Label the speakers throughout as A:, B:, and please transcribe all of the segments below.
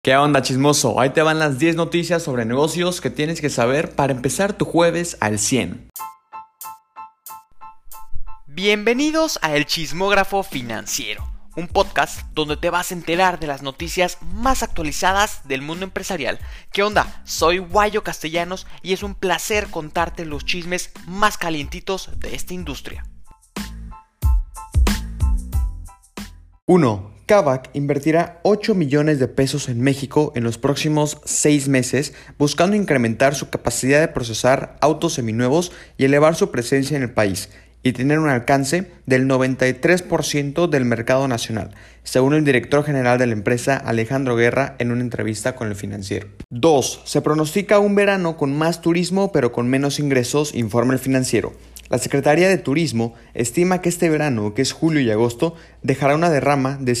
A: ¿Qué onda, chismoso? Ahí te van las 10 noticias sobre negocios que tienes que saber para empezar tu jueves al 100.
B: Bienvenidos a El Chismógrafo Financiero, un podcast donde te vas a enterar de las noticias más actualizadas del mundo empresarial. ¿Qué onda? Soy Guayo Castellanos y es un placer contarte los chismes más calientitos de esta industria.
A: 1. Kavak invertirá 8 millones de pesos en México en los próximos 6 meses, buscando incrementar su capacidad de procesar autos seminuevos y elevar su presencia en el país, y tener un alcance del 93% del mercado nacional, según el director general de la empresa, Alejandro Guerra, en una entrevista con El Financiero. 2. Se pronostica un verano con más turismo pero con menos ingresos, informa El Financiero. La Secretaría de Turismo estima que este verano, que es julio y agosto, dejará una derrama de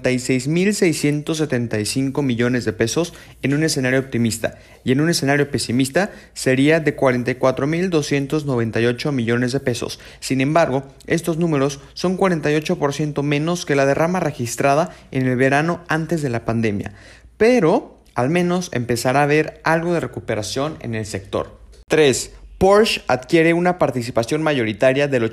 A: 56.675 millones de pesos en un escenario optimista, y en un escenario pesimista sería de 44.298 millones de pesos. Sin embargo, estos números son 48% menos que la derrama registrada en el verano antes de la pandemia, pero al menos empezará a haber algo de recuperación en el sector. 3. Porsche adquiere una participación mayoritaria del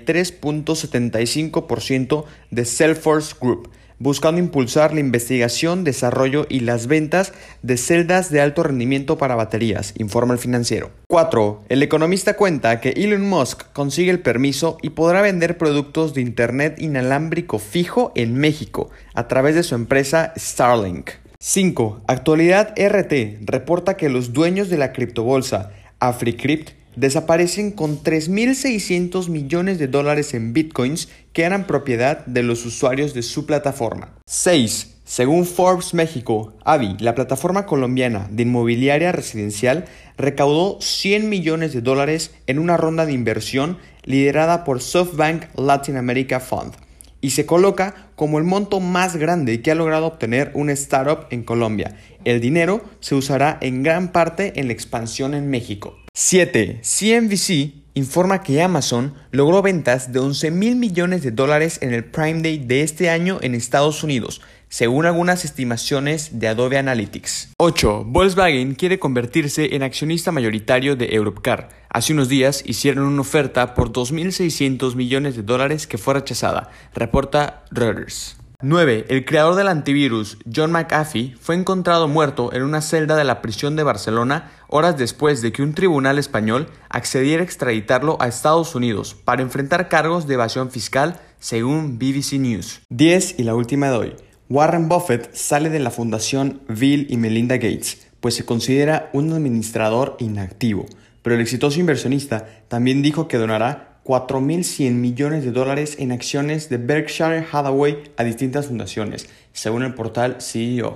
A: 83.75% de Cellforce Group, buscando impulsar la investigación, desarrollo y las ventas de celdas de alto rendimiento para baterías, informa El Financiero. 4. El economista cuenta que Elon Musk consigue el permiso y podrá vender productos de internet inalámbrico fijo en México a través de su empresa Starlink. 5. Actualidad RT reporta que los dueños de la criptobolsa Africrypt desaparecen con 3.600 millones de dólares en bitcoins que eran propiedad de los usuarios de su plataforma. 6. Según Forbes México, AVI, la plataforma colombiana de inmobiliaria residencial, recaudó 100 millones de dólares en una ronda de inversión liderada por SoftBank Latin America Fund, y se coloca como el monto más grande que ha logrado obtener una startup en Colombia. El dinero se usará en gran parte en la expansión en México. 7. CNBC informa que Amazon logró ventas de 11.000 millones de dólares en el Prime Day de este año en Estados Unidos, según algunas estimaciones de Adobe Analytics. 8. Volkswagen quiere convertirse en accionista mayoritario de Europcar. Hace unos días hicieron una oferta por 2.600 millones de dólares que fue rechazada, reporta Reuters. 9. El creador del antivirus, John McAfee, fue encontrado muerto en una celda de la prisión de Barcelona horas después de que un tribunal español accediera a extraditarlo a Estados Unidos para enfrentar cargos de evasión fiscal, según BBC News. 10. Y la última de hoy. Warren Buffett sale de la fundación Bill y Melinda Gates, pues se considera un administrador inactivo, pero el exitoso inversionista también dijo que donará 4.100 millones de dólares en acciones de Berkshire Hathaway a distintas fundaciones, según el portal CEO.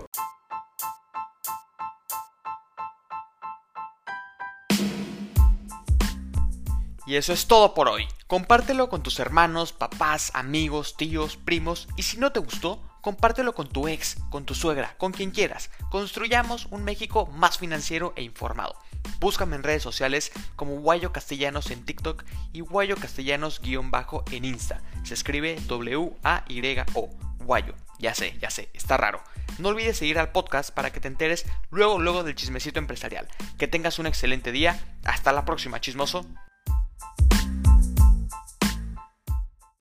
B: Y eso es todo por hoy. Compártelo con tus hermanos, papás, amigos, tíos, primos, y si no te gustó, compártelo con tu ex, con tu suegra, con quien quieras. Construyamos un México más financiero e informado. Búscame en redes sociales como Guayo Castellanos en TikTok y Guayo Castellanos _ en Insta. Se escribe WAYO. Guayo. Ya sé, está raro. No olvides seguir al podcast para que te enteres luego del chismecito empresarial. Que tengas un excelente día. Hasta la próxima, chismoso.